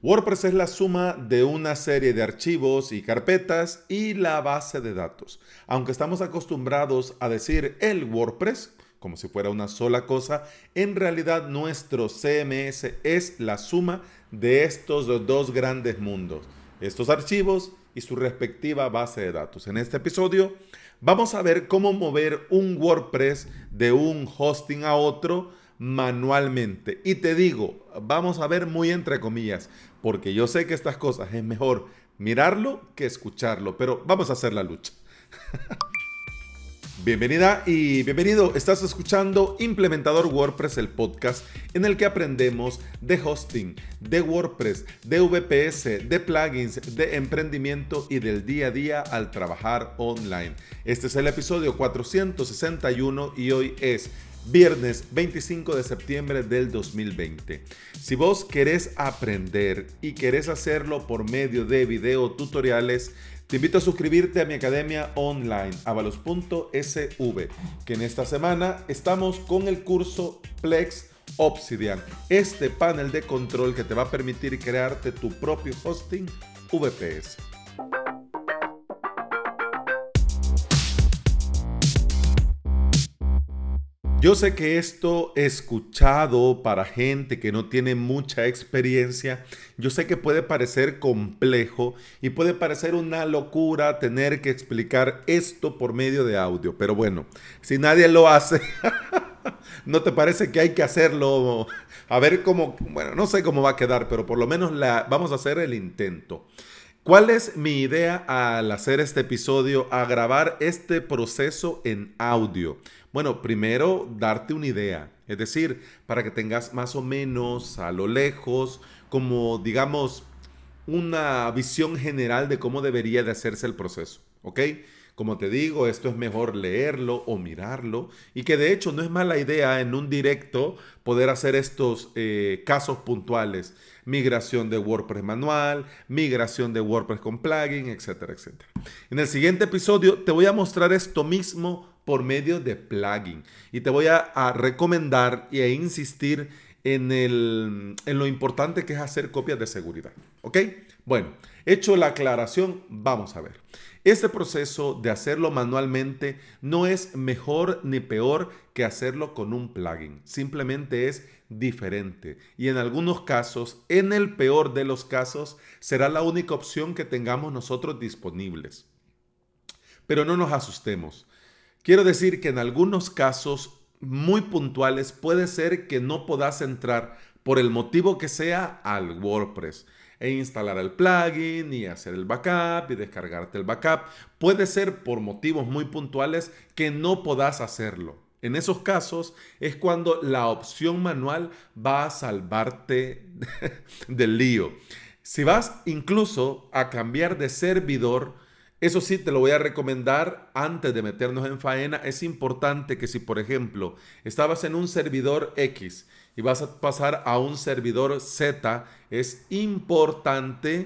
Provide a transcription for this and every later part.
WordPress es la suma de una serie de archivos y carpetas y la base de datos. Aunque estamos acostumbrados a decir el WordPress como si fuera una sola cosa, en realidad nuestro CMS es la suma de estos dos grandes mundos, estos archivos y su respectiva base de datos. En este episodio vamos a ver cómo mover un WordPress de un hosting a otro manualmente. Y te digo, vamos a ver muy entre comillas, porque yo sé que estas cosas es mejor mirarlo que escucharlo, pero vamos a hacer la lucha. Bienvenida y bienvenido. Estás escuchando Implementador WordPress, el podcast en el que aprendemos de hosting, de WordPress, de VPS, de plugins, de emprendimiento y del día a día al trabajar online. Este es el episodio 461 y hoy es viernes 25 de septiembre del 2020. Si vos querés aprender y querés hacerlo por medio de video tutoriales, te invito a suscribirte a mi academia online, avalos.sv, que en esta semana estamos con el curso Plex Obsidian, este panel de control que te va a permitir crearte tu propio hosting VPS. Yo sé que esto escuchado para gente que no tiene mucha experiencia, yo sé que puede parecer complejo y puede parecer una locura tener que explicar esto por medio de audio, pero bueno, si nadie lo hace, ¿no te parece que hay que hacerlo? A ver cómo, bueno, no sé cómo va a quedar, pero por lo menos vamos a hacer el intento. ¿Cuál es mi idea al hacer este episodio, a grabar este proceso en audio? Bueno, primero darte una idea, es decir, para que tengas más o menos a lo lejos, como digamos, una visión general de cómo debería de hacerse el proceso, ¿ok? Como te digo, esto es mejor leerlo o mirarlo y que de hecho no es mala idea en un directo poder hacer estos casos puntuales. Migración de WordPress manual, migración de WordPress con plugin, etcétera, etcétera. En el siguiente episodio te voy a mostrar esto mismo por medio de plugin y te voy a recomendar y a insistir en lo importante que es hacer copias de seguridad. ¿Ok? Bueno, hecho la aclaración, vamos a ver. Este proceso de hacerlo manualmente no es mejor ni peor que hacerlo con un plugin. Simplemente es diferente. Y en algunos casos, en el peor de los casos, será la única opción que tengamos nosotros disponibles. Pero no nos asustemos. Quiero decir que en algunos casos muy puntuales puede ser que no puedas entrar por el motivo que sea al WordPress e instalar el plugin y hacer el backup y descargarte el backup. Puede ser por motivos muy puntuales que no puedas hacerlo. En esos casos es cuando la opción manual va a salvarte del lío. Si vas incluso a cambiar de servidor, eso sí, te lo voy a recomendar antes de meternos en faena. Es importante que si, por ejemplo, estabas en un servidor X y vas a pasar a un servidor Z, es importante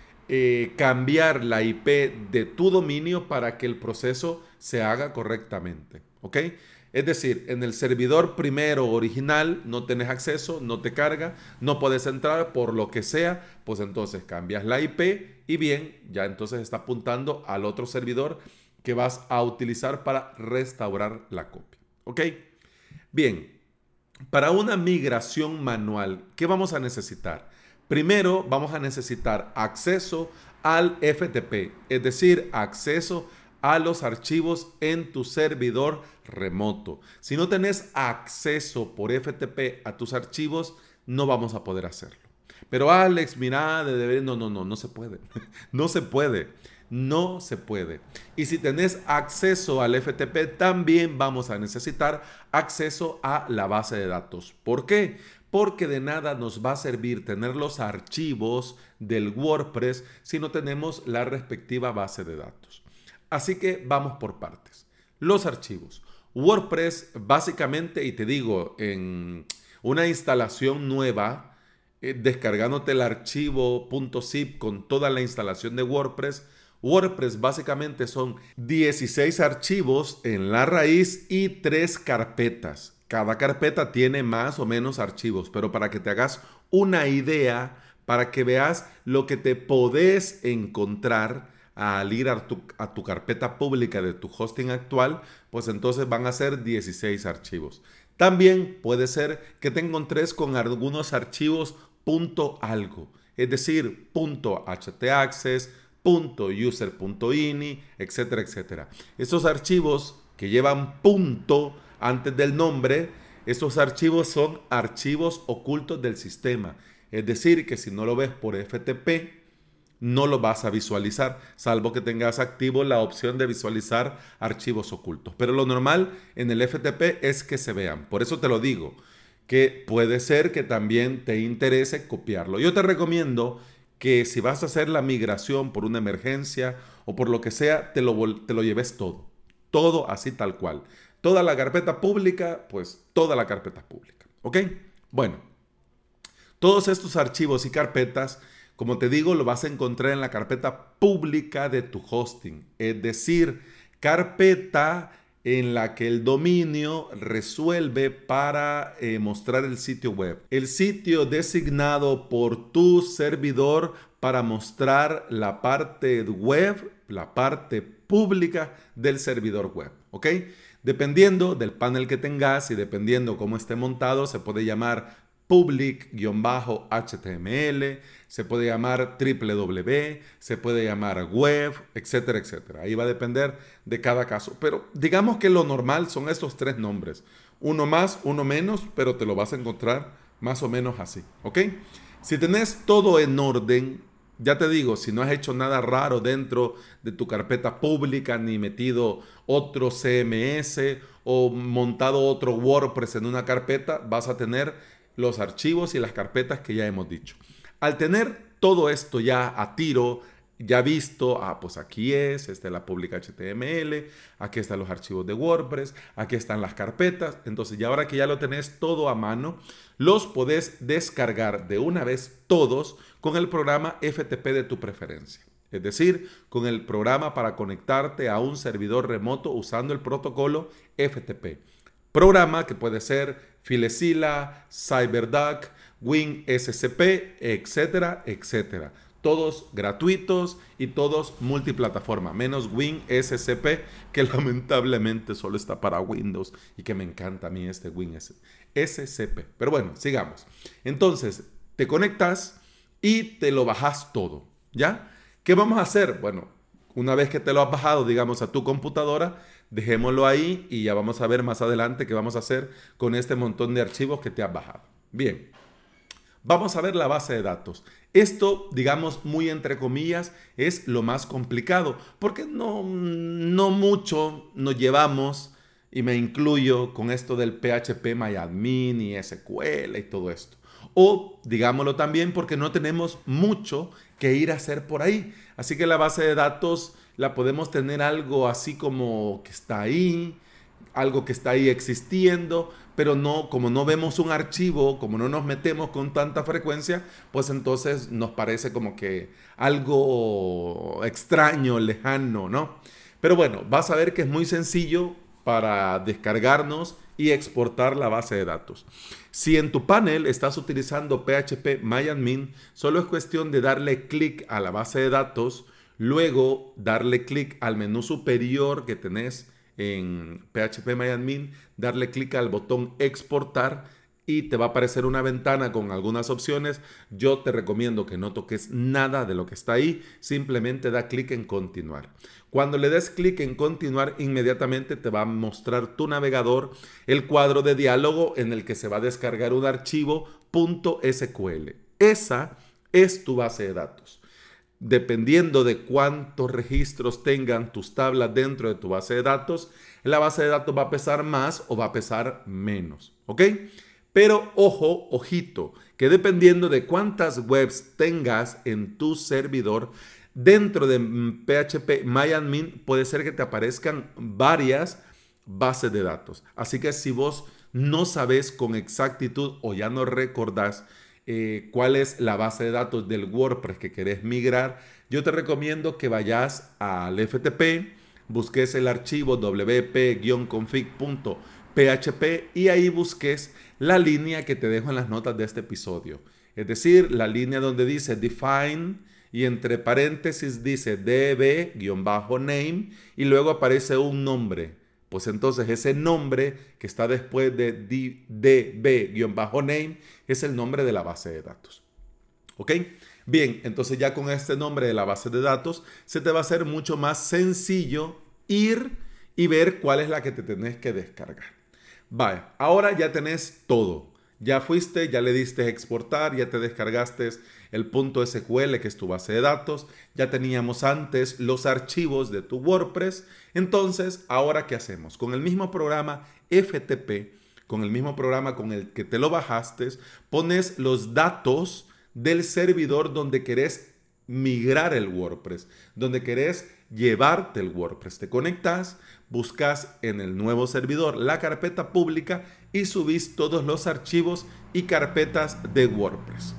cambiar la IP de tu dominio para que el proceso se haga correctamente. ¿Ok? Es decir, en el servidor primero original no tenés acceso, no te carga, no puedes entrar por lo que sea, pues entonces cambias la IP y bien, ya entonces está apuntando al otro servidor que vas a utilizar para restaurar la copia. ¿Ok? Bien, para una migración manual, ¿qué vamos a necesitar? Primero vamos a necesitar acceso al FTP, es decir, acceso a los archivos en tu servidor remoto. Si no tenés acceso por FTP a tus archivos, no vamos a poder hacerlo. Pero Alex, mira, no se puede. No se puede. No se puede. Y si tenés acceso al FTP, también vamos a necesitar acceso a la base de datos. ¿Por qué? Porque de nada nos va a servir tener los archivos del WordPress si no tenemos la respectiva base de datos. Así que vamos por partes. Los archivos. WordPress básicamente, y te digo, en una instalación nueva, descargándote el archivo .zip con toda la instalación de WordPress, WordPress básicamente son 16 archivos en la raíz y 3 carpetas. Cada carpeta tiene más o menos archivos, pero para que te hagas una idea, para que veas lo que te podés encontrar al ir a tu carpeta pública de tu hosting actual, pues entonces van a ser 16 archivos. También puede ser que te encontres con algunos archivos .algo, es decir, .htaccess, .user.ini, etcétera, etcétera. Estos archivos que llevan punto antes del nombre, estos archivos son archivos ocultos del sistema. Es decir, que si no lo ves por FTP, no lo vas a visualizar, salvo que tengas activo la opción de visualizar archivos ocultos. Pero lo normal en el FTP es que se vean. Por eso te lo digo, que puede ser que también te interese copiarlo. Yo te recomiendo que si vas a hacer la migración por una emergencia o por lo que sea, te lo lleves todo. Todo así tal cual. Toda la carpeta pública, pues toda la carpeta pública. ¿Ok? Bueno, todos estos archivos y carpetas, como te digo, lo vas a encontrar en la carpeta pública de tu hosting. Es decir, carpeta en la que el dominio resuelve para mostrar el sitio web. El sitio designado por tu servidor para mostrar la parte web, la parte pública del servidor web. ¿Ok? Dependiendo del panel que tengas y dependiendo cómo esté montado, se puede llamar public-html, se puede llamar www, se puede llamar web, etcétera, etcétera. Ahí va a depender de cada caso. Pero digamos que lo normal son estos tres nombres. Uno más, uno menos, pero te lo vas a encontrar más o menos así. ¿Ok? Si tenés todo en orden, ya te digo, si no has hecho nada raro dentro de tu carpeta pública, ni metido otro CMS o montado otro WordPress en una carpeta, vas a tener los archivos y las carpetas que ya hemos dicho. Al tener todo esto ya a tiro, ya visto, pues aquí esta es la pública HTML, aquí están los archivos de WordPress, aquí están las carpetas. Entonces, ya ahora que ya lo tenés todo a mano, los podés descargar de una vez todos con el programa FTP de tu preferencia. Es decir, con el programa para conectarte a un servidor remoto usando el protocolo FTP. Programa que puede ser FileZilla, CyberDuck, WinSCP, etcétera, etcétera. Todos gratuitos y todos multiplataforma, menos WinSCP, que lamentablemente solo está para Windows y que me encanta a mí este WinSCP. Pero bueno, sigamos. Entonces, te conectas y te lo bajas todo, ¿ya? ¿Qué vamos a hacer? Bueno, una vez que te lo has bajado, digamos, a tu computadora, dejémoslo ahí y ya vamos a ver más adelante qué vamos a hacer con este montón de archivos que te has bajado. Bien, vamos a ver la base de datos. Esto, digamos, muy entre comillas, es lo más complicado, porque no mucho nos llevamos, y me incluyo con esto del PHP-MyAdmin y SQL y todo esto. O, digámoslo también, porque no tenemos mucho que ir a hacer por ahí. Así que la base de datos la podemos tener algo así como que está ahí, algo que está ahí existiendo, pero no, como no vemos un archivo, como no nos metemos con tanta frecuencia, pues entonces nos parece como que algo extraño, lejano, ¿no? Pero bueno, vas a ver que es muy sencillo para descargarnos y exportar la base de datos. Si en tu panel estás utilizando PHP-MyAdmin, solo es cuestión de darle clic a la base de datos, luego darle clic al menú superior que tenés en PHP-MyAdmin, darle clic al botón exportar y te va a aparecer una ventana con algunas opciones. Yo te recomiendo que no toques nada de lo que está ahí, simplemente da clic en continuar. Cuando le des clic en continuar, inmediatamente te va a mostrar tu navegador el cuadro de diálogo en el que se va a descargar un archivo .sql. Esa es tu base de datos. Dependiendo de cuántos registros tengan tus tablas dentro de tu base de datos, la base de datos va a pesar más o va a pesar menos, ¿ok? Pero ojo, ojito, que dependiendo de cuántas webs tengas en tu servidor, dentro de PHP-MyAdmin puede ser que te aparezcan varias bases de datos. Así que si vos no sabes con exactitud o ya no recordás cuál es la base de datos del WordPress que querés migrar, yo te recomiendo que vayas al FTP, busques el archivo wp-config.php y ahí busques la línea que te dejo en las notas de este episodio. Es decir, la línea donde dice define y entre paréntesis dice db-name y luego aparece un nombre. Pues entonces ese nombre que está después de db-name es el nombre de la base de datos. ¿Ok? Bien, entonces ya con este nombre de la base de datos se te va a hacer mucho más sencillo ir y ver cuál es la que te tenés que descargar. Vaya, ahora ya tenés todo. Ya fuiste, ya le diste exportar, ya te descargaste el .sql que es tu base de datos, ya teníamos antes los archivos de tu WordPress. Entonces, ¿ahora qué hacemos? Con el mismo programa FTP, con el mismo programa con el que te lo bajaste, pones los datos del servidor donde querés migrar el WordPress, donde querés llevarte el WordPress. Te conectas, buscas en el nuevo servidor la carpeta pública y subís todos los archivos y carpetas de WordPress.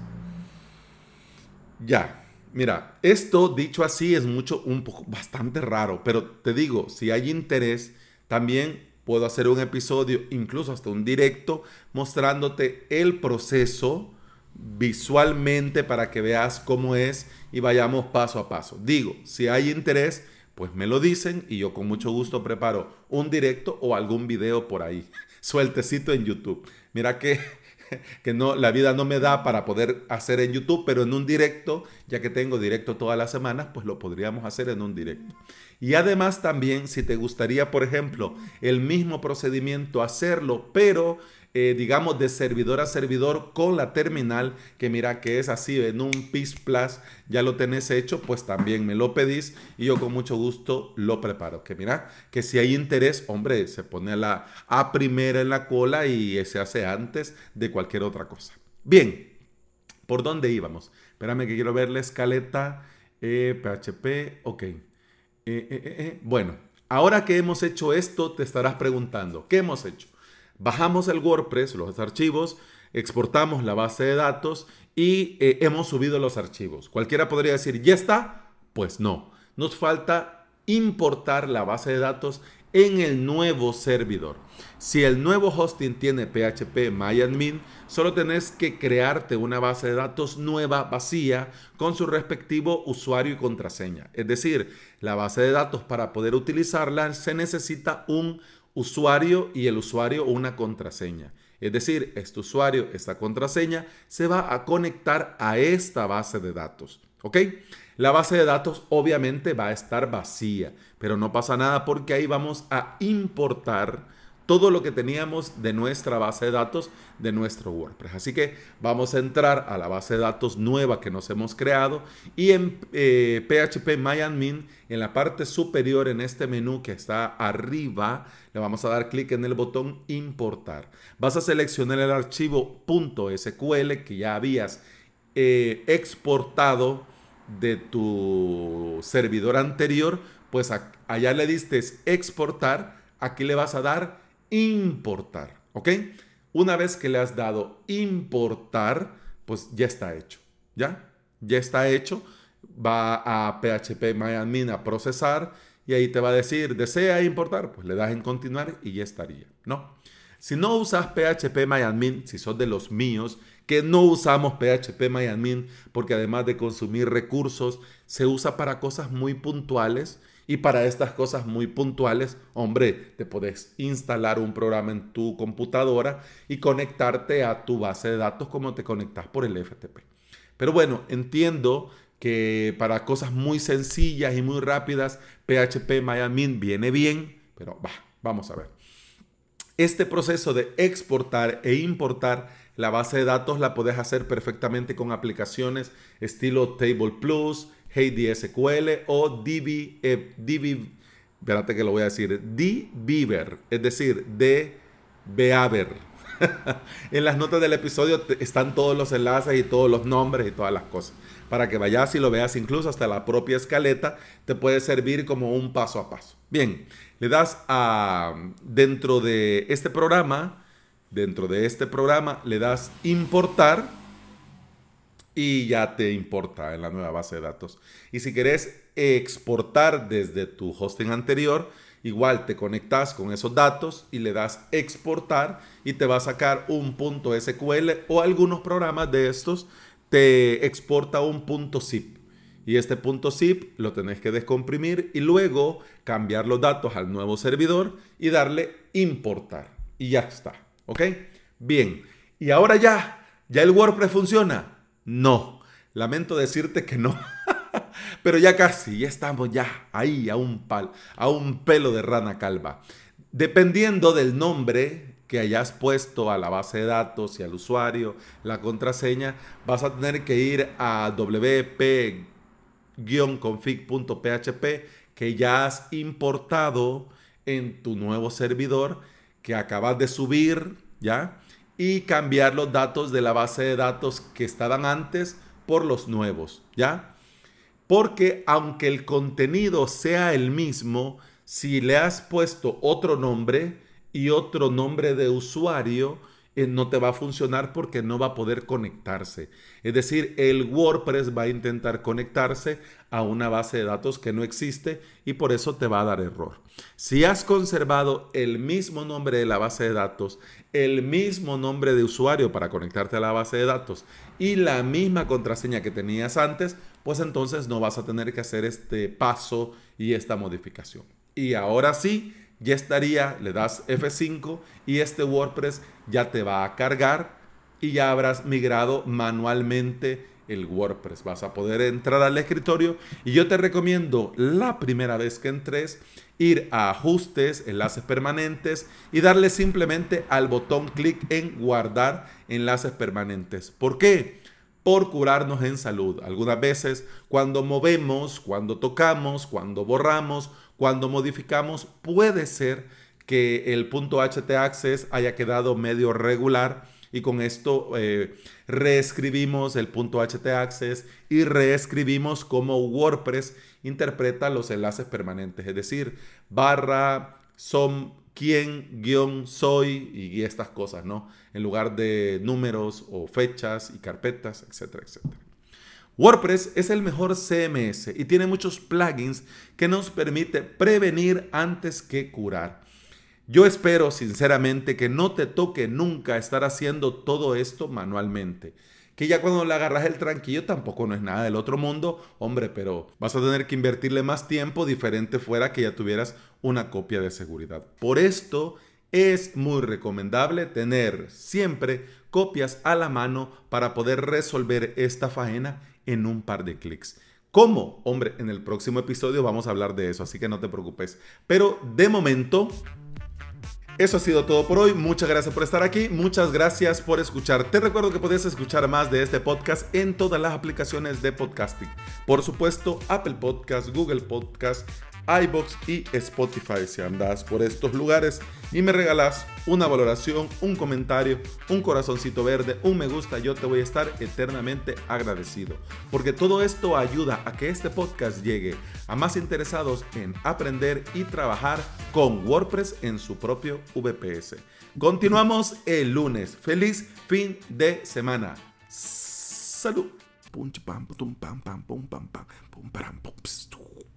Ya, mira, esto dicho así es bastante raro, pero te digo, si hay interés, también puedo hacer un episodio, incluso hasta un directo, mostrándote el proceso visualmente para que veas cómo es y vayamos paso a paso. Digo, si hay interés, pues me lo dicen y yo con mucho gusto preparo un directo o algún video por ahí, sueltecito en YouTube. Mira que no, la vida no me da para poder hacer en YouTube, pero en un directo, ya que tengo directo todas las semanas, pues lo podríamos hacer en un directo. Y además también, si te gustaría, por ejemplo, el mismo procedimiento hacerlo, pero digamos de servidor a servidor con la terminal, que mira que es así en un PIS Plus, ya lo tenés hecho, pues también me lo pedís y yo con mucho gusto lo preparo. Que mira, que si hay interés, hombre, se pone a primera en la cola y se hace antes de cualquier otra cosa. Bien, ¿por dónde íbamos? Espérame que quiero ver la escaleta, PHP, ok. Bueno, ahora que hemos hecho esto, te estarás preguntando, ¿qué hemos hecho? Bajamos el WordPress, los archivos, exportamos la base de datos y hemos subido los archivos. Cualquiera podría decir, ¿ya está? Pues no. Nos falta importar la base de datos en el nuevo servidor. Si el nuevo hosting tiene PHP MyAdmin, solo tenés que crearte una base de datos nueva, vacía, con su respectivo usuario y contraseña. Es decir, la base de datos para poder utilizarla se necesita un usuario y el usuario una contraseña. Es decir, este usuario, esta contraseña, se va a conectar a esta base de datos. ¿Ok? La base de datos obviamente va a estar vacía, pero no pasa nada porque ahí vamos a importar todo lo que teníamos de nuestra base de datos, de nuestro WordPress. Así que vamos a entrar a la base de datos nueva que nos hemos creado y en PHP MyAdmin, en la parte superior, en este menú que está arriba, le vamos a dar clic en el botón importar. Vas a seleccionar el archivo .sql que ya habías exportado de tu servidor anterior, pues allá le diste exportar, aquí le vas a dar importar, ¿ok? Una vez que le has dado importar, pues ya está hecho, ¿ya? Ya está hecho, va a PHP MyAdmin a procesar y ahí te va a decir, ¿desea importar? Pues le das en continuar y ya estaría, ¿no? Si no usas PHP MyAdmin, si sos de los míos, que no usamos PHP MyAdmin porque además de consumir recursos, se usa para cosas muy puntuales y para estas cosas muy puntuales, hombre, te puedes instalar un programa en tu computadora y conectarte a tu base de datos como te conectas por el FTP. Pero bueno, entiendo que para cosas muy sencillas y muy rápidas, PHP MyAdmin viene bien, pero vamos a ver. Este proceso de exportar e importar la base de datos la puedes hacer perfectamente con aplicaciones estilo Table Plus, HeyDSQL o espérate que lo voy a decir, dbeaver, es decir, dbeaver. En las notas del episodio están todos los enlaces y todos los nombres y todas las cosas. Para que vayas y lo veas, incluso hasta la propia escaleta te puede servir como un paso a paso. Bien, le das dentro de este programa le das importar y ya te importa en la nueva base de datos. Y si querés exportar desde tu hosting anterior, Igual te conectas con esos datos y le das exportar y te va a sacar un punto SQL o algunos programas de estos te exporta un punto zip. Y este punto zip lo tenés que descomprimir y luego cambiar los datos al nuevo servidor y darle importar. Y ya está. ¿Ok? Bien. ¿Y ahora ya el WordPress funciona? No. Lamento decirte que no. Pero ya casi, ya estamos ya ahí a un pelo de rana calva. Dependiendo del nombre que hayas puesto a la base de datos y al usuario, la contraseña, vas a tener que ir a wp-config.php que ya has importado en tu nuevo servidor que acabas de subir, ¿ya? Y cambiar los datos de la base de datos que estaban antes por los nuevos, ¿ya? Porque aunque el contenido sea el mismo, si le has puesto otro nombre y otro nombre de usuario, no te va a funcionar porque no va a poder conectarse. Es decir, el WordPress va a intentar conectarse a una base de datos que no existe y por eso te va a dar error. Si has conservado el mismo nombre de la base de datos, el mismo nombre de usuario para conectarte a la base de datos y la misma contraseña que tenías antes, pues entonces no vas a tener que hacer este paso y esta modificación. Y ahora sí, ya estaría, le das F5 y este WordPress ya te va a cargar y ya habrás migrado manualmente el WordPress. Vas a poder entrar al escritorio y yo te recomiendo la primera vez que entres ir a ajustes, enlaces permanentes y darle simplemente al botón clic en guardar enlaces permanentes. ¿Por qué? Por curarnos en salud. Algunas veces cuando movemos, cuando tocamos, cuando borramos, cuando modificamos, puede ser que el .htaccess haya quedado medio regular y con esto reescribimos el .htaccess y reescribimos cómo WordPress interpreta los enlaces permanentes, es decir, barra, son, quién, guión, soy y estas cosas, ¿no? En lugar de números o fechas y carpetas, etcétera, etcétera. WordPress es el mejor CMS y tiene muchos plugins que nos permite prevenir antes que curar. Yo espero sinceramente que no te toque nunca estar haciendo todo esto manualmente. Que ya cuando le agarras el tranquillo tampoco no es nada del otro mundo, hombre, pero vas a tener que invertirle más tiempo, diferente fuera que ya tuvieras una copia de seguridad. Por esto es muy recomendable tener siempre copias a la mano para poder resolver esta faena en un par de clics. ¿Cómo? Hombre, en el próximo episodio vamos a hablar de eso, así que no te preocupes. Pero de momento, eso ha sido todo por hoy. Muchas gracias por estar aquí. Muchas gracias por escuchar. Te recuerdo que puedes escuchar más de este podcast en todas las aplicaciones de podcasting. Por supuesto, Apple Podcast, Google Podcast, iVoox y Spotify. Si andas por estos lugares y me regalas una valoración, un comentario, un corazoncito verde, un me gusta, yo te voy a estar eternamente agradecido. Porque todo esto ayuda a que este podcast llegue a más interesados en aprender y trabajar con WordPress en su propio VPS. Continuamos el lunes. Feliz fin de semana. Salud. Pum, pam, pum, pam, pam, pum, pam, pam, pum, pam, pum,